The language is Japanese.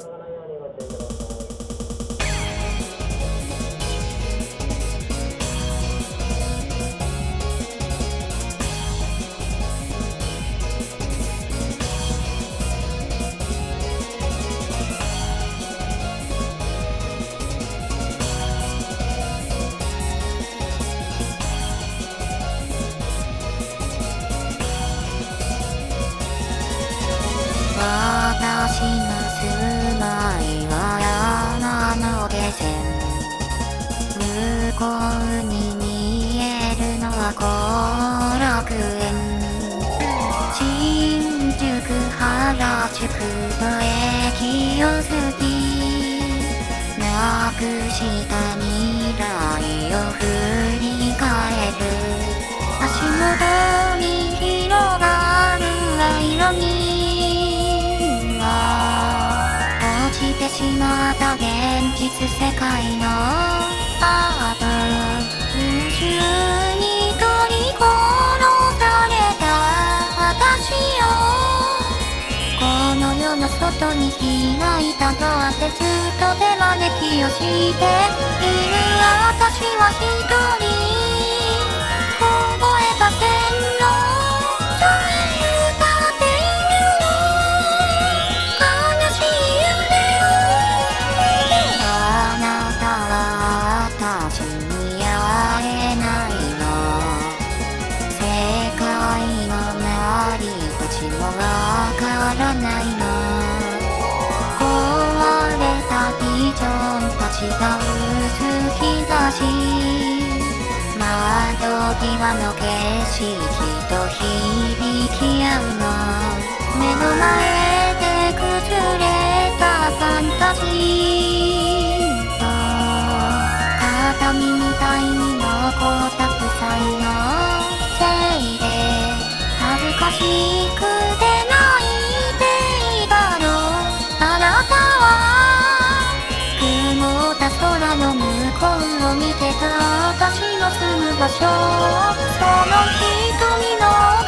私の住まいは山の下線、向こうに見えるのは後楽園、新宿原宿の駅を過ぎ、なくした未来を振り返る、足元に広がる色に落ちてしまった現実世界のアート、宇宙に取り殺された私をこの世の外に開いたドアでずっと手招きをしている私は一人凍えた線路わからないの、壊れたビジョンたちが薄きだし、窓際の景色と響き合うの、目の前で崩れたファンタジーと畳みたいに残った負債のせいで恥ずかしく空の向こうを見てた私の住む場所、その瞳の